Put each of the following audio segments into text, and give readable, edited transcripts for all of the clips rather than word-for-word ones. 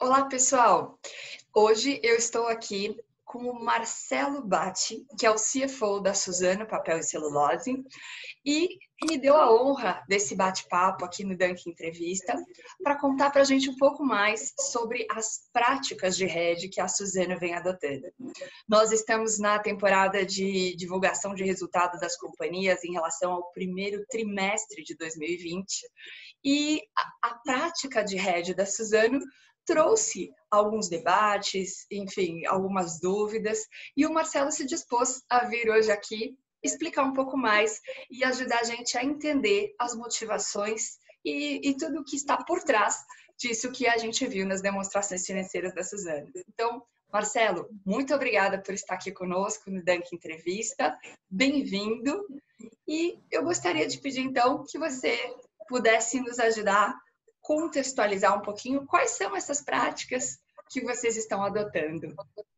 Olá, pessoal! Hoje eu estou aqui com o Marcelo Batti, que é o CFO da Suzano Papel e Celulose, e me deu a honra desse bate-papo aqui no Dunk Entrevista para contar para a gente um pouco mais sobre as práticas de hedge que a Suzano vem adotando. Nós estamos na temporada de divulgação de resultados das companhias em relação ao primeiro trimestre de 2020 e a prática de hedge da Suzano trouxe alguns debates, enfim, algumas dúvidas, e o Marcelo se dispôs a vir hoje aqui explicar um pouco mais e ajudar a gente a entender as motivações e tudo o que está por trás disso que a gente viu nas demonstrações financeiras da Suzano. Então, Marcelo, muito obrigada por estar aqui conosco no Dunk Entrevista, bem-vindo, e eu gostaria de pedir então que você pudesse nos ajudar contextualizar um pouquinho quais são essas práticas que vocês estão adotando.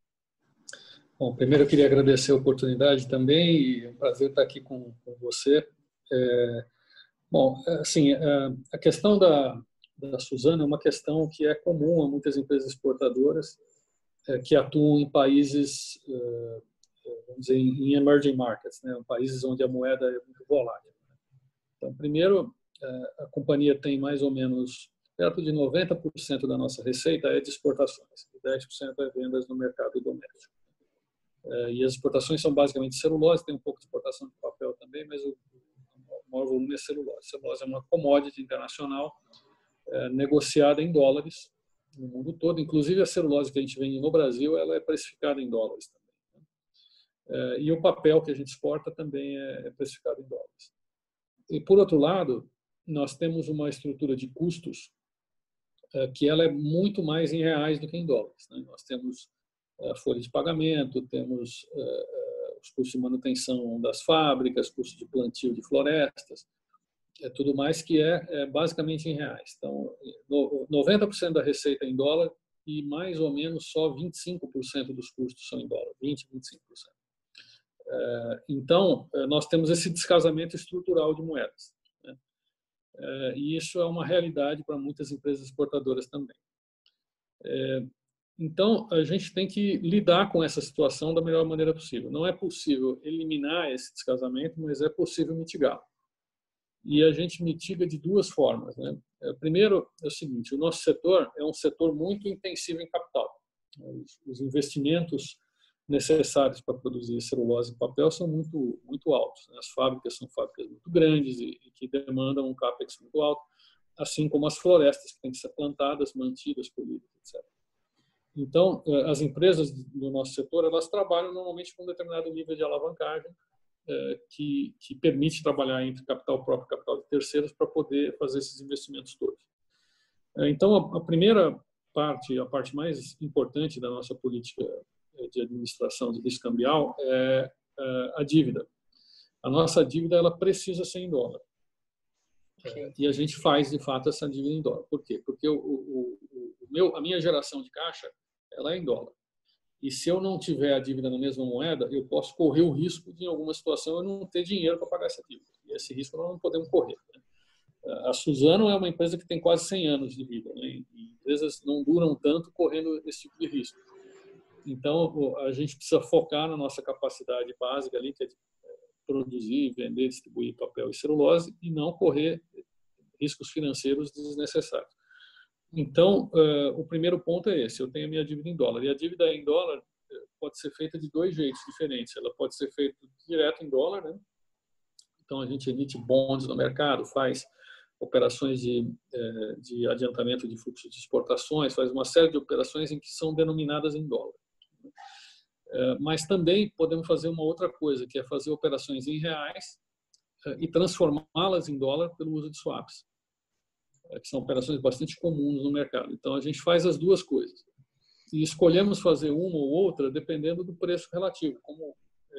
Bom, primeiro eu queria agradecer a oportunidade também e é um prazer estar aqui com você. Bom, assim, a questão da Suzano é uma questão que é comum a muitas empresas exportadoras que atuam em países, vamos dizer, em emerging markets, né, países onde a moeda é muito volátil. Então, primeiro, a companhia tem mais ou menos perto de 90% da nossa receita é de exportações, e 10% é vendas no mercado doméstico. E as exportações são basicamente celulose, tem um pouco de exportação de papel também, mas o maior volume é celulose. Celulose é uma commodity internacional negociada em dólares no mundo todo, inclusive a celulose que a gente vende no Brasil, ela é precificada em dólares também. E o papel que a gente exporta também é precificado em dólares. E, por outro lado, nós temos uma estrutura de custos que ela é muito mais em reais do que em dólares, né? Nós temos folha de pagamento, temos os custos de manutenção das fábricas, custos de plantio de florestas, tudo mais que é basicamente em reais. Então, 90% da receita é em dólar e mais ou menos só 25% dos custos são em dólar, 20, 25%. Então, nós temos esse descasamento estrutural de moedas, né? E isso é uma realidade para muitas empresas exportadoras também. Então, a gente tem que lidar com essa situação da melhor maneira possível. Não é possível eliminar esse descasamento, mas é possível mitigá-lo. E a gente mitiga de duas formas, né? Primeiro, é o seguinte, o nosso setor é um setor muito intensivo em capital. Os investimentos necessários para produzir celulose e papel são muito, muito altos. As fábricas são fábricas muito grandes e que demandam um capex muito alto, assim como as florestas que têm que ser plantadas, mantidas, polidas, etc. Então, as empresas do nosso setor, elas trabalham normalmente com um determinado nível de alavancagem que permite trabalhar entre capital próprio e capital de terceiros para poder fazer esses investimentos todos. Então, a primeira parte, a parte mais importante da nossa política de administração de risco cambial é a dívida. A nossa dívida ela precisa ser em dólar. E a gente faz, de fato, essa dívida em dólar. Por quê? Porque a minha geração de caixa ela é em dólar. E se eu não tiver a dívida na mesma moeda, eu posso correr o risco de, em alguma situação, eu não ter dinheiro para pagar essa dívida. E esse risco nós não podemos correr, né? A Suzano é uma empresa que tem quase 100 anos de vida, né? E empresas não duram tanto correndo esse tipo de risco. Então, a gente precisa focar na nossa capacidade básica ali, que é de produzir, vender, distribuir papel e celulose, e não correr riscos financeiros desnecessários. Então, o primeiro ponto é esse, eu tenho a minha dívida em dólar. E a dívida em dólar pode ser feita de dois jeitos diferentes. Ela pode ser feita direto em dólar, né? Então, a gente emite bonds no mercado, faz operações de adiantamento de fluxo de exportações, faz uma série de operações em que são denominadas em dólar. Mas também podemos fazer uma outra coisa, que é fazer operações em reais e transformá-las em dólar pelo uso de swaps, que são operações bastante comuns no mercado. Então, a gente faz as duas coisas. E escolhemos fazer uma ou outra dependendo do preço relativo. Como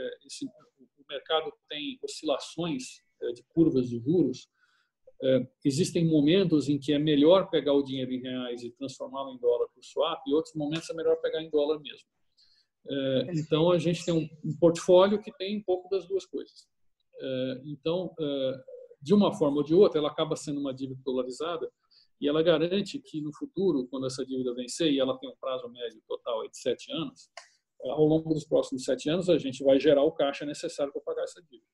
o mercado tem oscilações de curvas de juros, existem momentos em que é melhor pegar o dinheiro em reais e transformá-lo em dólar por swap, e outros momentos é melhor pegar em dólar mesmo. Então, a gente tem um portfólio que tem um pouco das duas coisas. Então, de uma forma ou de outra, ela acaba sendo uma dívida dolarizada e ela garante que no futuro, quando essa dívida vencer, e ela tem um prazo médio total de 7 anos, ao longo dos próximos 7 anos a gente vai gerar o caixa necessário para pagar essa dívida.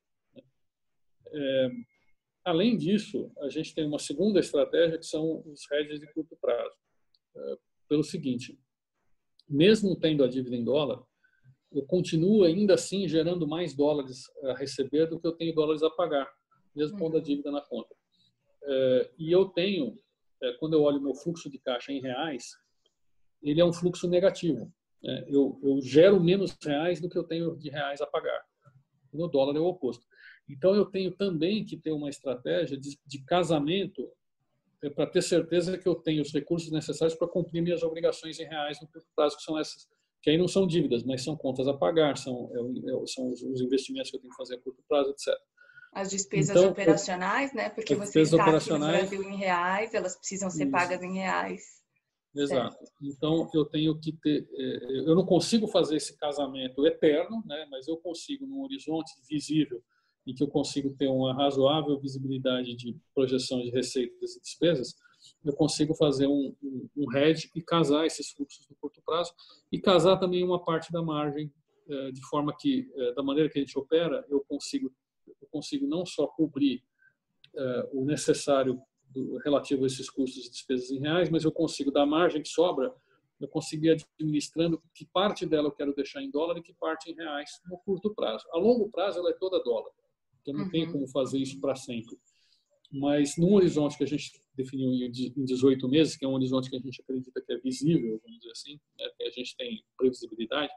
Além disso, a gente tem uma segunda estratégia, que são os hedges de curto prazo. Pelo seguinte, mesmo tendo a dívida em dólar, eu continuo ainda assim gerando mais dólares a receber do que eu tenho dólares a pagar, mesmo pondo a dívida na conta. E eu tenho, quando eu olho o meu fluxo de caixa em reais, ele é um fluxo negativo. Eu gero menos reais do que eu tenho de reais a pagar. No dólar é o oposto. Então, eu tenho também que ter uma estratégia de casamento para ter certeza que eu tenho os recursos necessários para cumprir minhas obrigações em reais no curto prazo, que são essas, que aí não são dívidas, mas são contas a pagar, são os investimentos que eu tenho que fazer a curto prazo, etc. As despesas operacionais, né? Porque você está aqui no Brasil em reais, elas precisam ser pagas em reais. Exato. Certo. Então, eu tenho que ter... Eu não consigo fazer esse casamento eterno, né? Mas eu consigo, num horizonte visível, em que eu consigo ter uma razoável visibilidade de projeção de receitas e despesas, eu consigo fazer um hedge e casar esses fluxos no curto prazo e casar também uma parte da margem, de forma que, da maneira que a gente opera, eu consigo não só cobrir o necessário relativo a esses custos e despesas em reais, mas eu consigo, da margem que sobra, eu consigo ir administrando que parte dela eu quero deixar em dólar e que parte em reais no curto prazo. A longo prazo ela é toda dólar. Eu não tenho como fazer isso para sempre. Mas num horizonte que a gente definiu em 18 meses, que é um horizonte que a gente acredita que é visível, vamos dizer assim, né, que a gente tem previsibilidade,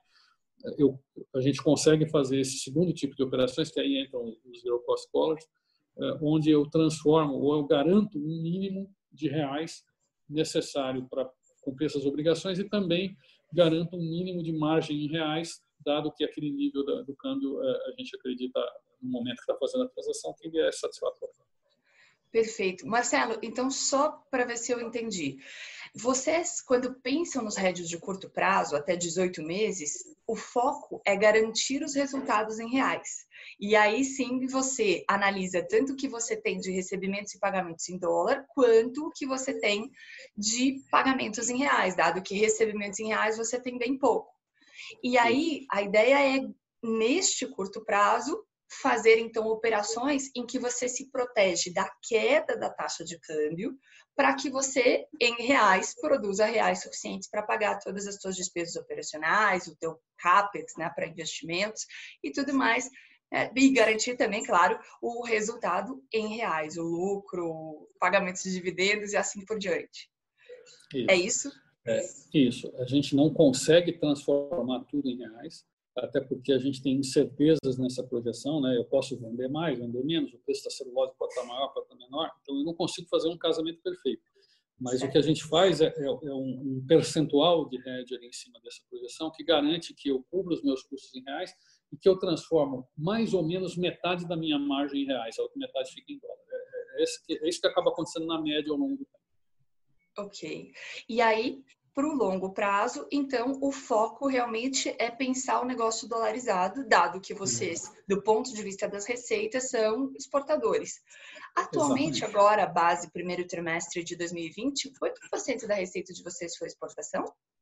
a gente consegue fazer esse segundo tipo de operações, que aí entram os zero cost collars, onde eu transformo ou eu garanto um mínimo de reais necessário para cumprir essas obrigações e também garanto um mínimo de margem em reais, dado que aquele nível do câmbio a gente acredita no momento que está fazendo a transação que ele é satisfatório. Perfeito. Marcelo, então só para ver se eu entendi. Vocês, quando pensam nos hedges de curto prazo, até 18 meses, o foco é garantir os resultados em reais. E aí sim você analisa tanto o que você tem de recebimentos e pagamentos em dólar, quanto o que você tem de pagamentos em reais, dado que recebimentos em reais você tem bem pouco. E aí a ideia é, neste curto prazo, fazer então operações em que você se protege da queda da taxa de câmbio para que você, em reais, produza reais suficientes para pagar todas as suas despesas operacionais, o teu CAPEX, né, para investimentos e tudo mais, e garantir também, claro, o resultado em reais, o lucro, pagamentos de dividendos e assim por diante. Isso. É isso? Isso. A gente não consegue transformar tudo em reais, até porque a gente tem incertezas nessa projeção, né? Eu posso vender mais, vender menos, o preço da celulose pode estar maior, pode estar menor, então eu não consigo fazer um casamento perfeito. Mas o que a gente faz é um percentual de hedge ali em cima dessa projeção que garante que eu cubro os meus custos em reais e que eu transformo mais ou menos metade da minha margem em reais, a outra metade fica em dólar. É isso que acaba acontecendo na média ao longo do tempo. Ok. E aí, para o longo prazo, então, o foco realmente é pensar o negócio dolarizado, dado que vocês, do ponto de vista das receitas, são exportadores. Atualmente, Exatamente. agora, a base primeiro trimestre de 2020, quanto por cento da receita de vocês foi exportação?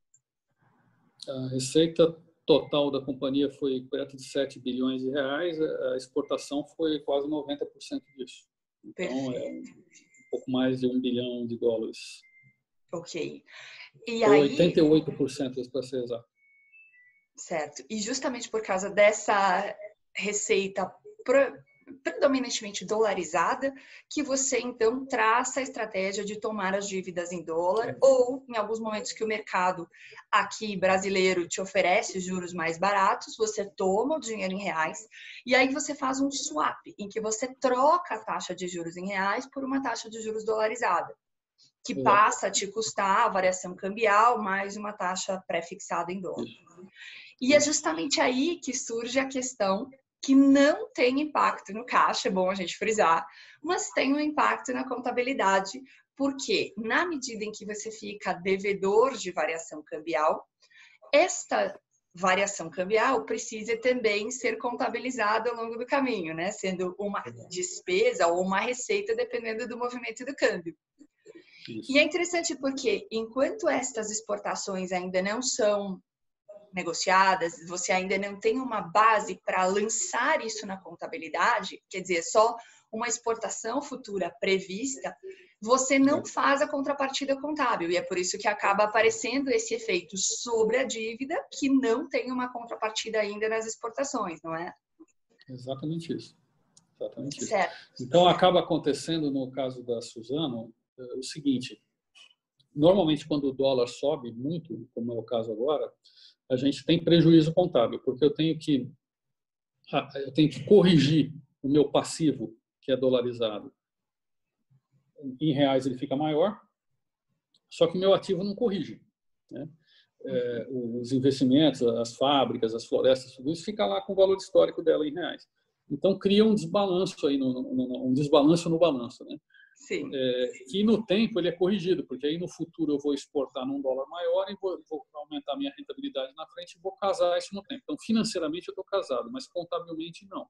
A receita total da companhia foi perto de 7 bilhões de reais, a exportação foi quase 90% disso. Então, é um pouco mais de 1 bilhão de dólares. Ok. E Ou aí... 88% para ser exato. Certo. E justamente por causa dessa receita predominantemente dolarizada, que você então traça a estratégia de tomar as dívidas em dólar ou em alguns momentos que o mercado aqui brasileiro te oferece juros mais baratos, você toma o dinheiro em reais e aí você faz um swap, em que você troca a taxa de juros em reais por uma taxa de juros dolarizada, que passa a te custar a variação cambial mais uma taxa pré-fixada em dólar. E é justamente aí que surge a questão que não tem impacto no caixa, é bom a gente frisar, mas tem um impacto na contabilidade, porque na medida em que você fica devedor de variação cambial, esta variação cambial precisa também ser contabilizada ao longo do caminho, né? Sendo uma despesa ou uma receita, dependendo do movimento do câmbio. E é interessante porque, enquanto estas exportações ainda não são negociadas, você ainda não tem uma base para lançar isso na contabilidade, quer dizer, só uma exportação futura prevista, você não faz a contrapartida contábil. E é por isso que acaba aparecendo esse efeito sobre a dívida, que não tem uma contrapartida ainda nas exportações, não é? Exatamente isso. Exatamente isso. Certo. Então, acaba acontecendo, no caso da Suzano, o seguinte: normalmente, quando o dólar sobe muito, como é o caso agora, a gente tem prejuízo contábil, porque eu tenho que corrigir o meu passivo, que é dolarizado. Em reais ele fica maior, só que o meu ativo não corrige, né? Os investimentos, as fábricas, as florestas, tudo isso fica lá com o valor histórico dela em reais. Então cria um desbalanço aí, um desbalanço no balanço, né? Sim. Que no tempo ele é corrigido, porque aí no futuro eu vou exportar num dólar maior e vou aumentar a minha rentabilidade na frente e vou casar isso no tempo. Então financeiramente eu estou casado, mas contabilmente não.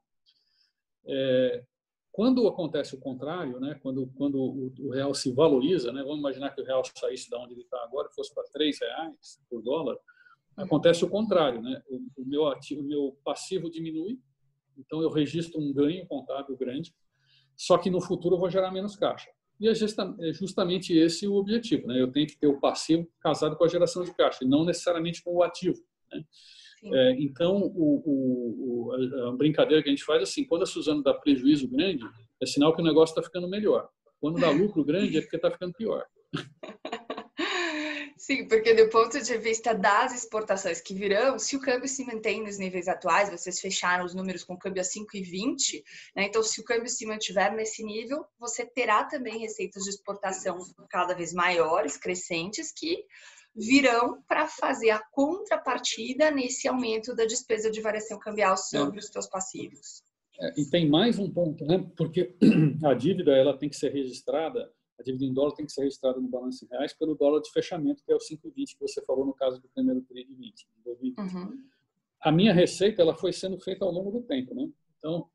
Quando acontece o contrário, né, quando o real se valoriza, né, vamos imaginar que o real saísse de onde ele está agora e fosse para R$3 por dólar, acontece o contrário, né? O meu passivo diminui, então eu registro um ganho contábil grande, só que no futuro eu vou gerar menos caixa. E é justamente esse o objetivo, né? Eu tenho que ter o passivo casado com a geração de caixa, e não necessariamente com o ativo, né? Então, a brincadeira que a gente faz é assim: quando a Suzano dá prejuízo grande, é sinal que o negócio está ficando melhor. Quando dá lucro grande, é porque está ficando pior. Sim, porque do ponto de vista das exportações que virão, se o câmbio se mantém nos níveis atuais, vocês fecharam os números com câmbio a 5,20, né? Então, se o câmbio se mantiver nesse nível, você terá também receitas de exportação cada vez maiores, crescentes, que virão para fazer a contrapartida nesse aumento da despesa de variação cambial sobre os seus passivos. E tem mais um ponto, né? Porque a dívida ela tem que ser registrada, a dívida em dólar tem que ser registrada no balanço em reais pelo dólar de fechamento, que é o 5,20 que você falou no caso do primeiro TRI de 2020. A minha receita ela foi sendo feita ao longo do tempo, né? Então,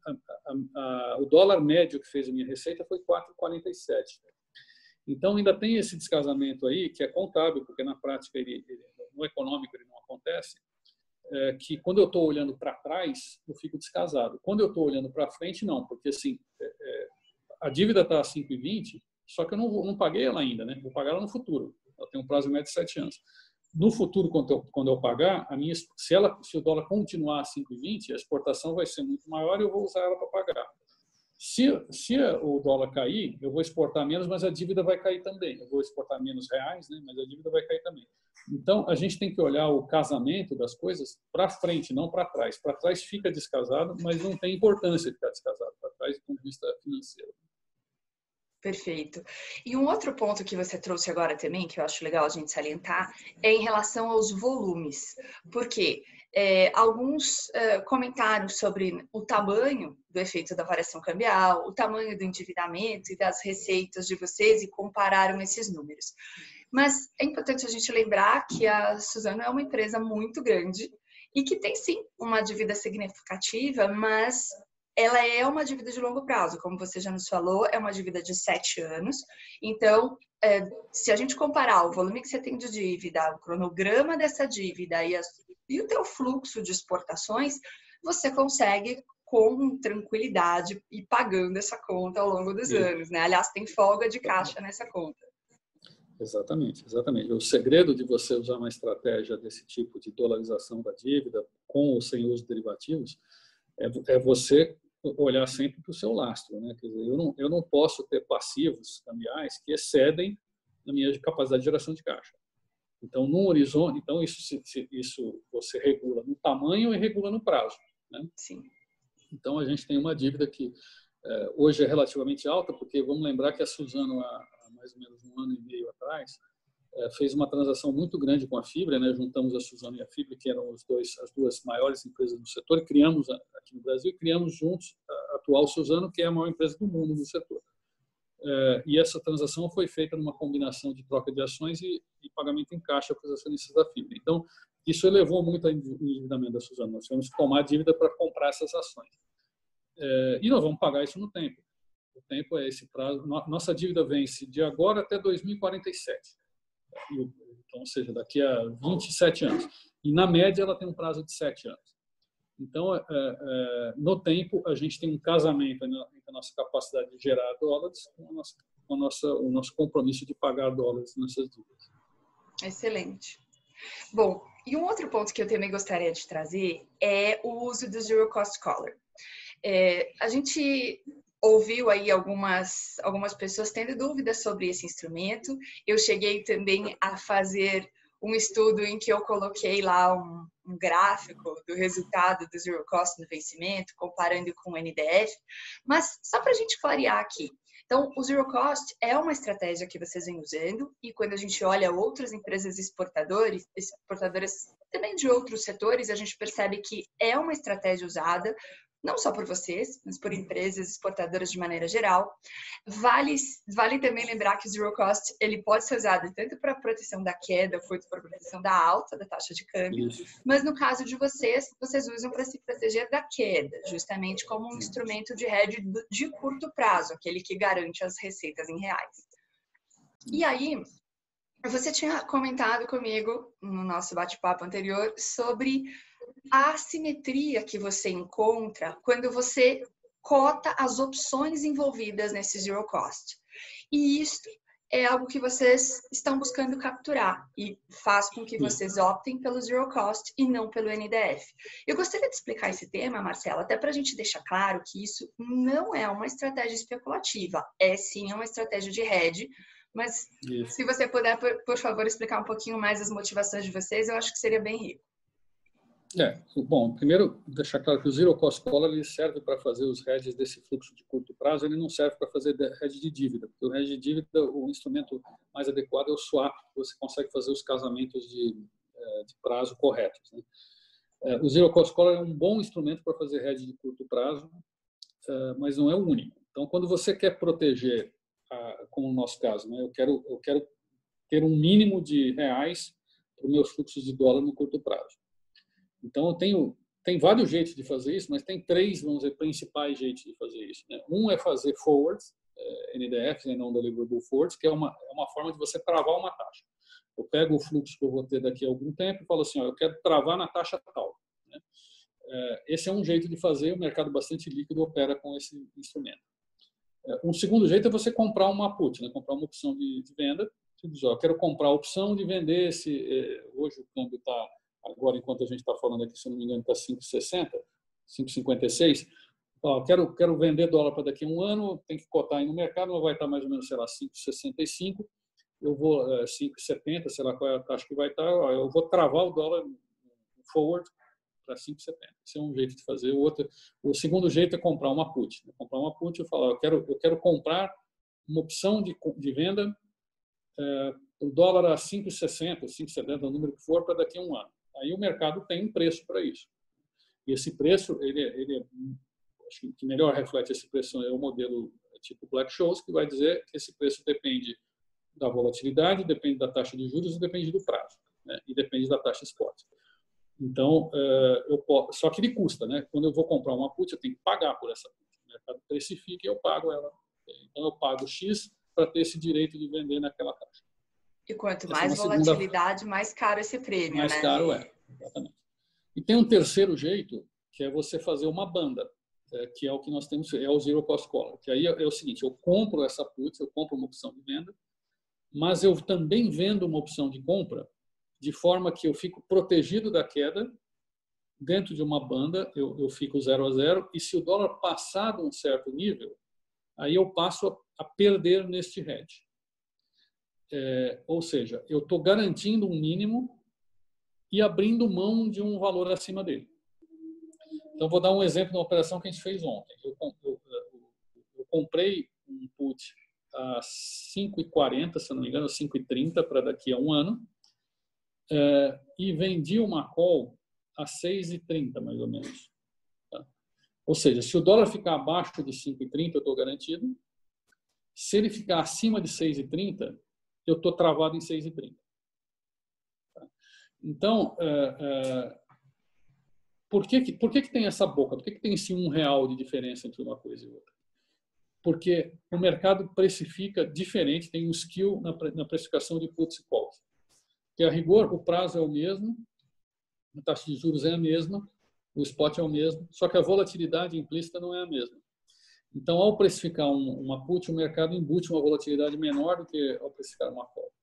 o dólar médio que fez a minha receita foi 4,47. Então, ainda tem esse descasamento aí, que é contábil, porque na prática, no econômico, ele não acontece, que quando eu estou olhando para trás, eu fico descasado. Quando eu estou olhando para frente, não, porque assim, a dívida está a 5,20, só que eu não paguei ela ainda, né? Vou pagar ela no futuro. Ela tem um prazo médio de 7 anos. No futuro, quando eu pagar, se o dólar continuar a 5,20, a exportação vai ser muito maior e eu vou usar ela para pagar. Se o dólar cair, eu vou exportar menos, mas a dívida vai cair também. Eu vou exportar menos reais, né? Mas a dívida vai cair também. Então, a gente tem que olhar o casamento das coisas para frente, não para trás. Para trás fica descasado, mas não tem importância de ficar descasado para trás do ponto de vista financeiro. Perfeito. E um outro ponto que você trouxe agora também, que eu acho legal a gente salientar, é em relação aos volumes. Porque alguns comentários sobre o tamanho do efeito da variação cambial, o tamanho do endividamento e das receitas de vocês e compararam esses números. Mas é importante a gente lembrar que a Suzano é uma empresa muito grande e que tem sim uma dívida significativa, mas ela é uma dívida de longo prazo, como você já nos falou, é uma dívida de 7 anos. Então, se a gente comparar o volume que você tem de dívida, o cronograma dessa dívida e o teu fluxo de exportações, você consegue com tranquilidade ir pagando essa conta ao longo dos anos, né? Aliás, tem folga de caixa nessa conta. Exatamente, exatamente. O segredo de você usar uma estratégia desse tipo de dolarização da dívida, com ou sem uso de derivativos, é você olhar sempre para o seu lastro, né? Quer dizer, eu não posso ter passivos cambiais que excedem a minha capacidade de geração de caixa. Então, num horizonte, então isso você regula no tamanho e regula no prazo, né? Sim. Então, a gente tem uma dívida que hoje é relativamente alta, porque vamos lembrar que a Suzano, há mais ou menos 1 ano e meio atrás, fez uma transação muito grande com a Fibra, né? Juntamos a Suzano e a Fibra, que eram as duas maiores empresas do setor, e criamos aqui no Brasil, criamos juntos a atual Suzano, que é a maior empresa do mundo no setor. E essa transação foi feita numa combinação de troca de ações e pagamento em caixa para os acionistas da Fibra. Então, isso elevou muito o endividamento da Suzano. Nós tivemos que tomar dívida para comprar essas ações. E nós vamos pagar isso no tempo. O tempo é esse prazo. Nossa dívida vence de agora até 2047. Então, ou seja, daqui a 27 anos. E, na média, ela tem um prazo de 7 anos. Então, no tempo, a gente tem um casamento entre a nossa capacidade de gerar dólares com o nosso compromisso de pagar dólares nessas dívidas. Excelente. Bom, e um outro ponto que eu também gostaria de trazer é o uso do Zero Cost Collar. A gente ouviu aí algumas pessoas tendo dúvidas sobre esse instrumento. Eu cheguei também a fazer um estudo em que eu coloquei lá um gráfico do resultado do Zero Cost no vencimento, comparando com o NDF. Mas só para a gente clarear aqui. Então, o Zero Cost é uma estratégia que vocês vêm usando e quando a gente olha outras empresas exportadoras também de outros setores, a gente percebe que é uma estratégia usada não só por vocês, mas por empresas exportadoras de maneira geral. Vale também lembrar que o Zero Cost ele pode ser usado tanto para proteção da queda, quanto para proteção da alta da taxa de câmbio, mas no caso de vocês usam para se proteger da queda, justamente como um instrumento de hedge de curto prazo, aquele que garante as receitas em reais. E aí, você tinha comentado comigo no nosso bate-papo anterior sobre a assimetria que você encontra quando você cota as opções envolvidas nesse Zero Cost. E isso é algo que vocês estão buscando capturar e faz com que vocês optem pelo Zero Cost e não pelo NDF. Eu gostaria de explicar esse tema, Marcelo, até para a gente deixar claro que isso não é uma estratégia especulativa, é sim uma estratégia de hedge, mas se você puder, por favor, explicar um pouquinho mais as motivações de vocês, eu acho que seria bem rico. Bom, primeiro, deixar claro que o Zero Cost Collar ele serve para fazer os hedges desse fluxo de curto prazo, ele não serve para fazer hedge de dívida, porque o hedge de dívida, o instrumento mais adequado é o swap, você consegue fazer os casamentos de prazo corretos, né? O Zero Cost Collar é um bom instrumento para fazer hedge de curto prazo, mas não é o único. Então, quando você quer proteger, como no nosso caso, né, eu quero ter um mínimo de reais para os meus fluxos de dólar no curto prazo. Então, tem vários jeitos de fazer isso, mas tem 3, vamos dizer, principais jeitos de fazer isso, né? Um é fazer forwards, NDFs, né, não deliverable forwards, que é uma forma de você travar uma taxa. Eu pego o fluxo que eu vou ter daqui a algum tempo e falo assim, eu quero travar na taxa tal, né? Esse é um jeito de fazer, o mercado bastante líquido opera com esse instrumento. Um segundo jeito é você comprar uma put, né? Comprar uma opção de venda. Você diz, eu quero comprar a opção de vender hoje o câmbio está... Agora, enquanto a gente está falando aqui, se não me engano, está 5,60, 5,56. Quero vender dólar para daqui a um ano, tem que cotar aí no mercado, mas vai estar mais ou menos, sei lá, 5,65. Eu vou 5,70, sei lá qual é a taxa que vai estar. Eu vou travar o dólar forward para 5,70. Esse é um jeito de fazer. O segundo jeito é comprar uma put. Comprar uma put e falar, eu quero comprar uma opção de venda o dólar a 5,60, 5,70, o número que for, para daqui a um ano. Aí o mercado tem um preço para isso. E esse preço, acho que o que melhor reflete esse preço é o modelo tipo Black-Scholes, que vai dizer que esse preço depende da volatilidade, depende da taxa de juros e depende do prazo, né? E depende da taxa spot. Então, só que ele custa, né? Quando eu vou comprar uma put, eu tenho que pagar por essa put. O mercado precifica e eu pago ela. Então, eu pago X para ter esse direito de vender naquela taxa. E quanto mais volatilidade, mais caro esse prêmio, mais né? caro exatamente. E tem um terceiro jeito, que é você fazer uma banda, que é o que nós temos, é o Zero Cost Collar. Que aí é o seguinte, eu compro essa put, eu compro uma opção de venda, mas eu também vendo uma opção de compra, de forma que eu fico protegido da queda, dentro de uma banda, eu fico 0 a 0, e se o dólar passar de um certo nível, aí eu passo a perder neste hedge. Ou seja, eu estou garantindo um mínimo e abrindo mão de um valor acima dele. Então, vou dar um exemplo de uma operação que a gente fez ontem. Eu comprei um put a 5,40, se não me engano, 5,30 para daqui a um ano, e vendi uma call a 6,30, mais ou menos. Tá? Ou seja, se o dólar ficar abaixo de 5,30, eu estou garantido. Se ele ficar acima de 6,30, eu estou travado em 6,30. Tá? Então, por que tem essa boca? Por que tem esse R$1 de diferença entre uma coisa e outra? porque o mercado precifica diferente, tem um skill na precificação de puts e calls. Que a rigor, o prazo é o mesmo, a taxa de juros é a mesma, o spot é o mesmo, só que a volatilidade implícita não é a mesma. Então, ao precificar uma put, o mercado embute uma volatilidade menor do que ao precificar uma call.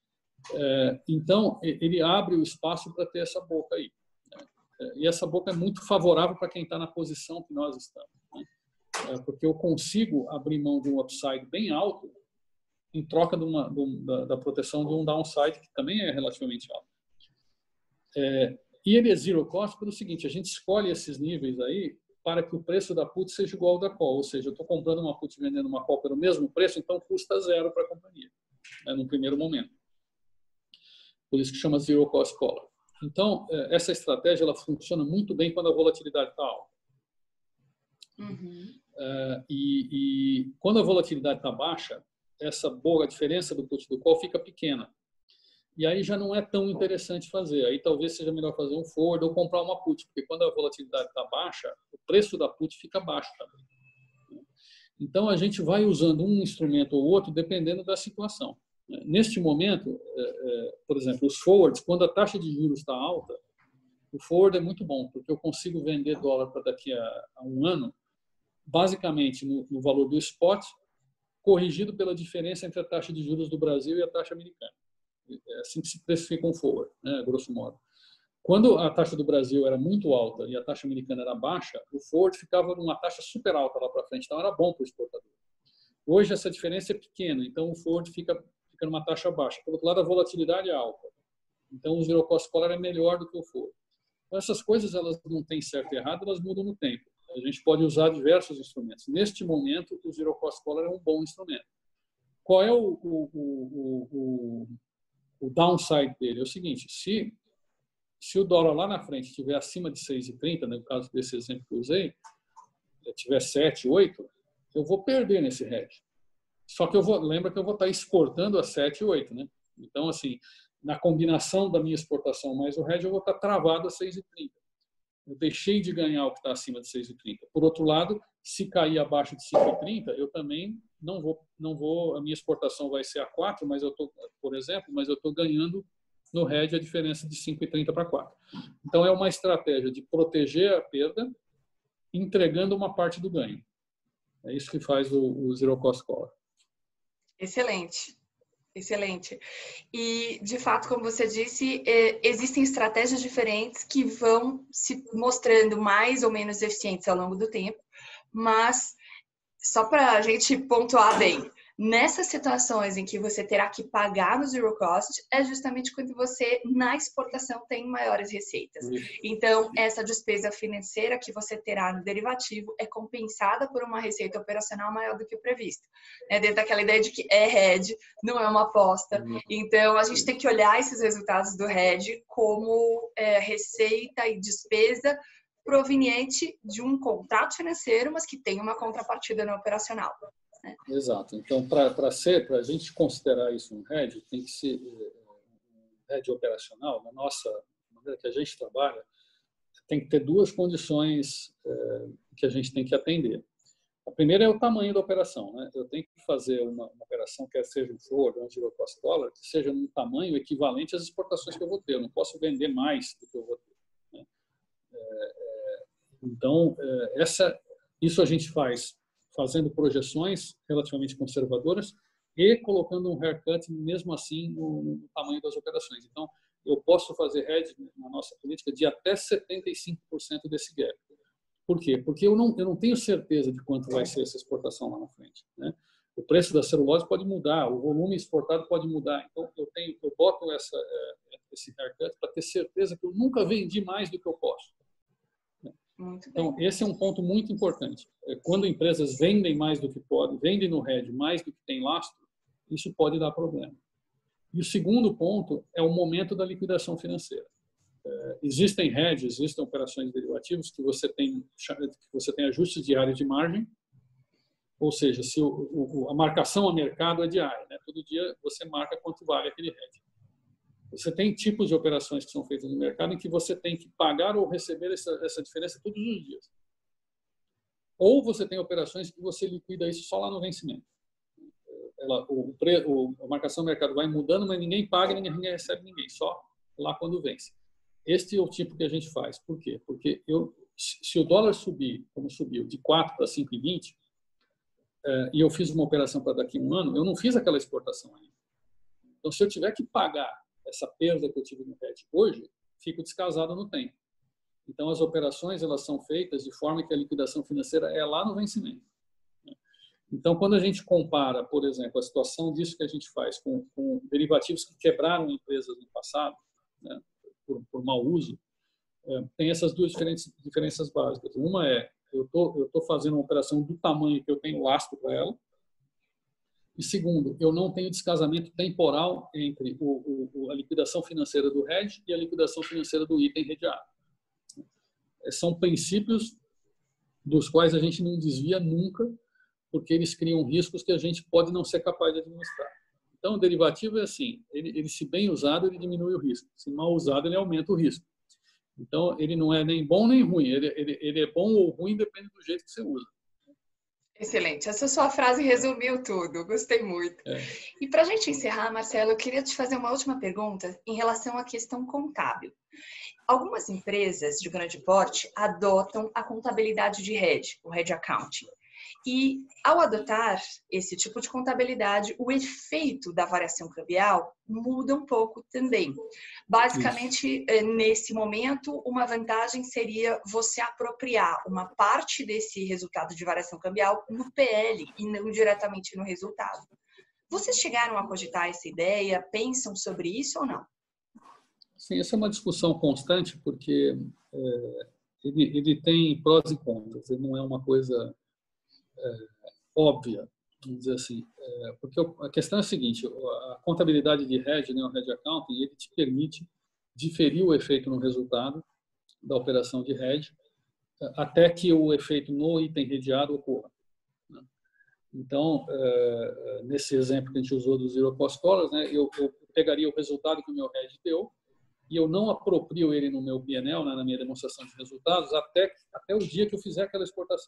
Então, ele abre o espaço para ter essa boca aí. E essa boca é muito favorável para quem está na posição que nós estamos. Porque eu consigo abrir mão de um upside bem alto em troca da proteção de um downside que também é relativamente alto. E ele é zero cost pelo seguinte, a gente escolhe esses níveis aí para que o preço da put seja igual ao da call, ou seja, eu estou comprando uma put e vendendo uma call pelo mesmo preço, então custa zero para a companhia, no primeiro momento. Por isso que chama zero cost collar. Então, essa estratégia ela funciona muito bem quando a volatilidade está alta. Uhum. E quando a volatilidade está baixa, a diferença do put e do call fica pequena. E aí já não é tão interessante fazer. Aí talvez seja melhor fazer um forward ou comprar uma put, porque quando a volatilidade está baixa, o preço da put fica baixo também. Então a gente vai usando um instrumento ou outro dependendo da situação. Neste momento, por exemplo, os forwards, quando a taxa de juros está alta, o forward é muito bom, porque eu consigo vender dólar para daqui a um ano, basicamente no valor do spot, corrigido pela diferença entre a taxa de juros do Brasil e a taxa americana. É assim que se precifica um forward, grosso modo. Quando a taxa do Brasil era muito alta e a taxa americana era baixa, o forward ficava numa taxa super alta lá para frente, então era bom para o exportador. Hoje essa diferença é pequena, então o forward fica numa taxa baixa. Por outro lado, a volatilidade é alta, então o zero cost collar é melhor do que o forward. Então, essas coisas elas não têm certo e errado, elas mudam no tempo. A gente pode usar diversos instrumentos. Neste momento, o zero cost collar é um bom instrumento. Qual é o downside dele? É o seguinte, se o dólar lá na frente estiver acima de 6,30, no caso desse exemplo que eu usei, tiver 7, 8, eu vou perder nesse hedge. Só que lembra que eu vou estar exportando a 7 e 8, né? Então, assim, na combinação da minha exportação mais o hedge, eu vou estar travado a 6,30. Eu deixei de ganhar o que está acima de 6,30. Por outro lado, se cair abaixo de 5,30, eu também não vou, a minha exportação vai ser a 4, mas eu estou, por exemplo, mas eu estou ganhando no hedge a diferença de 5,30 para 4. Então, é uma estratégia de proteger a perda, entregando uma parte do ganho. É isso que faz o zero cost collar. Excelente. Excelente. E, de fato, como você disse, existem estratégias diferentes que vão se mostrando mais ou menos eficientes ao longo do tempo, mas só para a gente pontuar bem, nessas situações em que você terá que pagar no zero cost, é justamente quando você, na exportação, tem maiores receitas. Então, essa despesa financeira que você terá no derivativo é compensada por uma receita operacional maior do que o previsto. Dentro daquela ideia de que é hedge, não é uma aposta. Então, a gente tem que olhar esses resultados do hedge como receita e despesa proveniente de um contrato financeiro, mas que tem uma contrapartida no operacional. Exato. Então, para a gente considerar isso um hedge, tem que ser um hedge operacional. Na nossa maneira que a gente trabalha, tem que ter duas condições que a gente tem que atender. A primeira é o tamanho da operação, né? Eu tenho que fazer uma operação, quer seja um forward ou um zero cost collar, que seja num tamanho equivalente às exportações que eu vou ter. Eu não posso vender mais do que eu vou ter, né? Então, isso a gente faz fazendo projeções relativamente conservadoras e colocando um haircut, mesmo assim, no tamanho das operações. Então, eu posso fazer hedge na nossa política de até 75% desse gap. Por quê? Porque eu não tenho certeza de quanto vai ser essa exportação lá na frente, né? O preço da celulose pode mudar, o volume exportado pode mudar. Então, eu boto esse haircut para ter certeza que eu nunca vendi mais do que eu posso. Então, esse é um ponto muito importante. Quando empresas vendem mais do que podem, vendem no hedge mais do que tem lastro, isso pode dar problema. E o segundo ponto é o momento da liquidação financeira. Existem hedges, existem operações derivativas que você tem ajustes diários de margem, ou seja, se a marcação a mercado é diária, né? Todo dia você marca quanto vale aquele hedge. Você tem tipos de operações que são feitas no mercado em que você tem que pagar ou receber essa diferença todos os dias. Ou você tem operações que você liquida isso só lá no vencimento. A marcação do mercado vai mudando, mas ninguém paga, ninguém recebe ninguém, só lá quando vence. Este é o tipo que a gente faz. Por quê? Porque se o dólar subir, como subiu, de 4 para 5,20, e eu fiz uma operação para daqui a um ano, eu não fiz aquela exportação ainda. Então, se eu tiver que pagar essa perda que eu tive no hedge hoje, fico descasado no tempo. Então, as operações elas são feitas de forma que a liquidação financeira é lá no vencimento. Então, quando a gente compara, por exemplo, a situação disso que a gente faz com derivativos que quebraram empresas no passado, né, por mau uso, tem essas duas diferenças básicas. Uma é, eu tô fazendo uma operação do tamanho que eu tenho lastro para ela. E segundo, eu não tenho descasamento temporal entre a liquidação financeira do hedge e a liquidação financeira do item hedgeado. São princípios dos quais a gente não desvia nunca, porque eles criam riscos que a gente pode não ser capaz de administrar. Então, o derivativo é assim, ele se bem usado, ele diminui o risco. Se mal usado, ele aumenta o risco. Então, ele não é nem bom nem ruim. Ele é bom ou ruim, depende do jeito que você usa. Excelente. Essa sua frase resumiu tudo. Gostei muito. E para a gente encerrar, Marcelo, eu queria te fazer uma última pergunta em relação à questão contábil. Algumas empresas de grande porte adotam a contabilidade de hedge, o hedge accounting. E, ao adotar esse tipo de contabilidade, o efeito da variação cambial muda um pouco também. Basicamente, nesse momento, uma vantagem seria você apropriar uma parte desse resultado de variação cambial no PL e não diretamente no resultado. Vocês chegaram a cogitar essa ideia? Pensam sobre isso ou não? Sim, essa é uma discussão constante, porque ele tem prós e contras. Ele não é uma coisa óbvia, vamos dizer assim, porque a questão é a seguinte: a contabilidade de hedge, né, o hedge accounting, ele te permite diferir o efeito no resultado da operação de hedge até que o efeito no item hedgeado ocorra. Né? Então, nesse exemplo que a gente usou do zero cost collars, né, eu pegaria o resultado que o meu hedge deu e eu não aproprio ele no meu P&L, né, na minha demonstração de resultados, até o dia que eu fizer aquela exportação.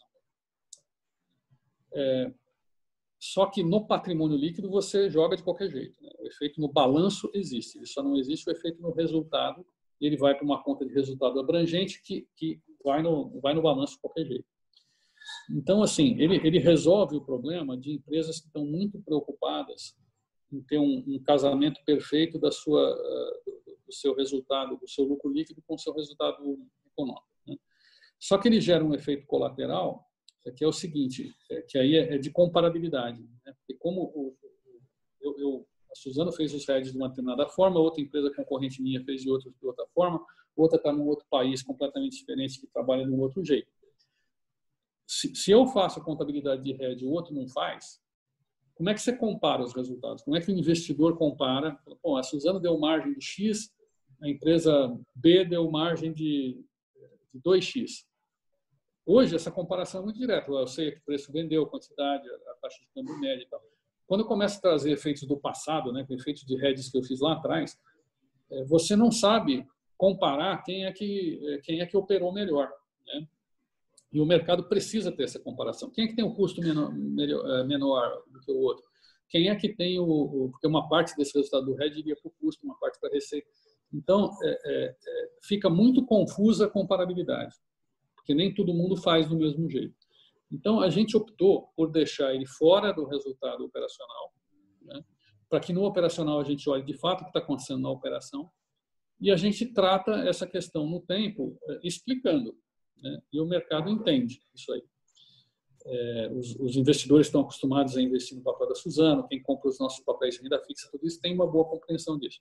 Só que no patrimônio líquido você joga de qualquer jeito. Né? O efeito no balanço existe, ele só não existe o efeito no resultado, e ele vai para uma conta de resultado abrangente que vai no balanço de qualquer jeito. Então, assim, ele resolve o problema de empresas que estão muito preocupadas em ter um casamento perfeito do seu resultado, do seu lucro líquido com o seu resultado econômico. Né? Só que ele gera um efeito colateral, que é o seguinte, que aí é de comparabilidade. Né? Porque como a Suzano fez os hedges de uma determinada forma, outra empresa concorrente minha fez de outra forma, outra está num outro país completamente diferente que trabalha de um outro jeito. Se eu faço a contabilidade de hedge e o outro não faz, como é que você compara os resultados? Como é que o investidor compara? Bom, a Suzano deu margem de X, a empresa B deu margem de 2X. Hoje, essa comparação é muito direta. Eu sei que o preço vendeu, a quantidade, a taxa de câmbio média e tal. Quando eu começo a trazer efeitos do passado, né, efeitos de hedges que eu fiz lá atrás, você não sabe comparar quem é que operou melhor. Né? E o mercado precisa ter essa comparação. Quem é que tem um custo menor do que o outro? Quem é que tem porque uma parte desse resultado do hedge iria para o custo, uma parte para a receita. Então, fica muito confusa a comparabilidade, porque nem todo mundo faz do mesmo jeito. Então, a gente optou por deixar ele fora do resultado operacional, né, para que no operacional a gente olhe de fato o que está acontecendo na operação e a gente trata essa questão no tempo explicando. Né, e o mercado entende isso aí. Os investidores estão acostumados a investir no papel da Suzano, quem compra os nossos papéis de renda fixa, tudo isso tem uma boa compreensão disso.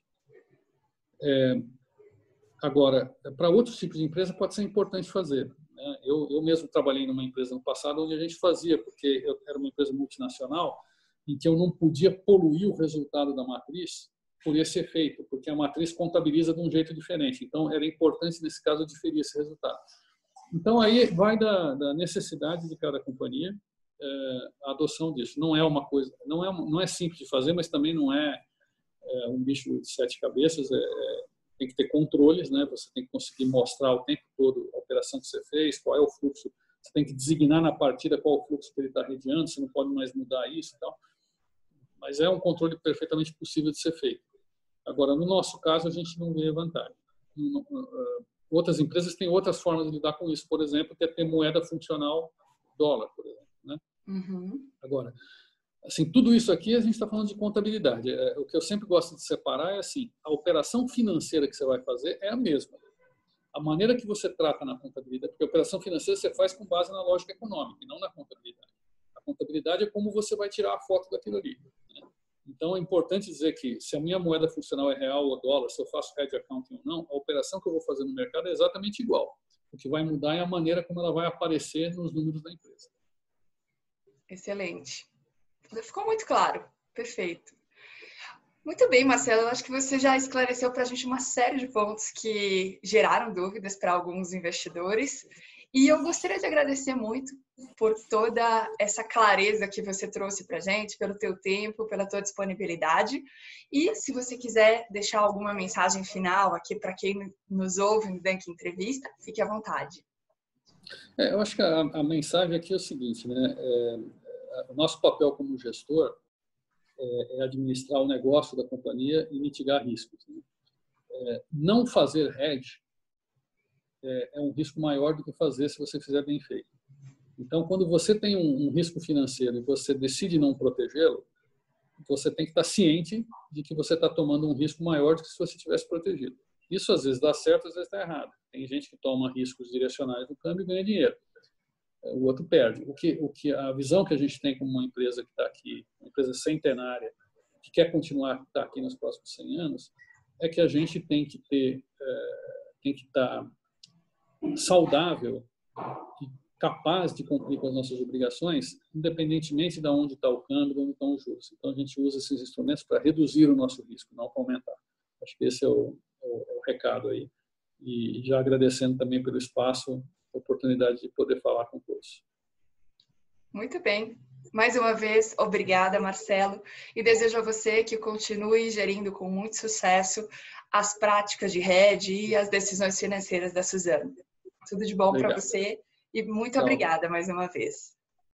Agora, para outros tipos de empresa pode ser importante fazer. Né? Eu mesmo trabalhei numa empresa no passado onde a gente fazia, porque eu era uma empresa multinacional, em que eu não podia poluir o resultado da matriz por esse efeito, porque a matriz contabiliza de um jeito diferente. Então, era importante, nesse caso, diferir esse resultado. Então, aí vai da necessidade de cada companhia a adoção disso. Não é uma coisa, não é simples de fazer, mas também não é um bicho de 7 cabeças. Tem que ter controles, né? Você tem que conseguir mostrar o tempo todo a operação que você fez, qual é o fluxo, você tem que designar na partida qual o fluxo que ele está rediando, você não pode mais mudar isso e tal. Mas é um controle perfeitamente possível de ser feito. Agora, no nosso caso, a gente não vê vantagem. Outras empresas têm outras formas de lidar com isso, por exemplo, que é ter moeda funcional dólar, por exemplo, né? Uhum. Agora, assim, tudo isso aqui a gente está falando de contabilidade. O que eu sempre gosto de separar é assim, a operação financeira que você vai fazer é a mesma. A maneira que você trata na contabilidade, porque a operação financeira você faz com base na lógica econômica e não na contabilidade. A contabilidade é como você vai tirar a foto daquilo ali, né? Então, é importante dizer que se a minha moeda funcional é real ou dólar, se eu faço hedge accounting ou não, a operação que eu vou fazer no mercado é exatamente igual. O que vai mudar é a maneira como ela vai aparecer nos números da empresa. Excelente. Ficou muito claro. Perfeito. Muito bem, Marcelo. Eu acho que você já esclareceu para a gente uma série de pontos que geraram dúvidas para alguns investidores. E eu gostaria de agradecer muito por toda essa clareza que você trouxe para a gente, pelo teu tempo, pela tua disponibilidade. E se você quiser deixar alguma mensagem final aqui para quem nos ouve no Dunk Entrevista, fique à vontade. Eu acho que a mensagem aqui é o seguinte, né? O nosso papel como gestor é administrar o negócio da companhia e mitigar riscos, né? Não fazer hedge é um risco maior do que fazer se você fizer bem feito. Então, quando você tem um risco financeiro e você decide não protegê-lo, você tem que estar ciente de que você está tomando um risco maior do que se você tivesse protegido. Isso às vezes dá certo, às vezes está errado. Tem gente que toma riscos direcionais no câmbio e ganha dinheiro. O outro perde. A visão que a gente tem como uma empresa que está aqui, uma empresa centenária, que quer continuar a estar aqui nos próximos 100 anos, é que a gente tem que estar saudável e capaz de cumprir com as nossas obrigações, independentemente de onde está o câmbio, de onde estão os juros. Então, a gente usa esses instrumentos para reduzir o nosso risco, não para aumentar. Acho que esse é o recado aí. E já agradecendo também pelo espaço, a oportunidade de poder falar com todos. Muito bem. Mais uma vez, obrigada, Marcelo. E desejo a você que continue gerindo com muito sucesso as práticas de hedge e as decisões financeiras da Suzano. Tudo de bom para você e muito obrigada mais uma vez.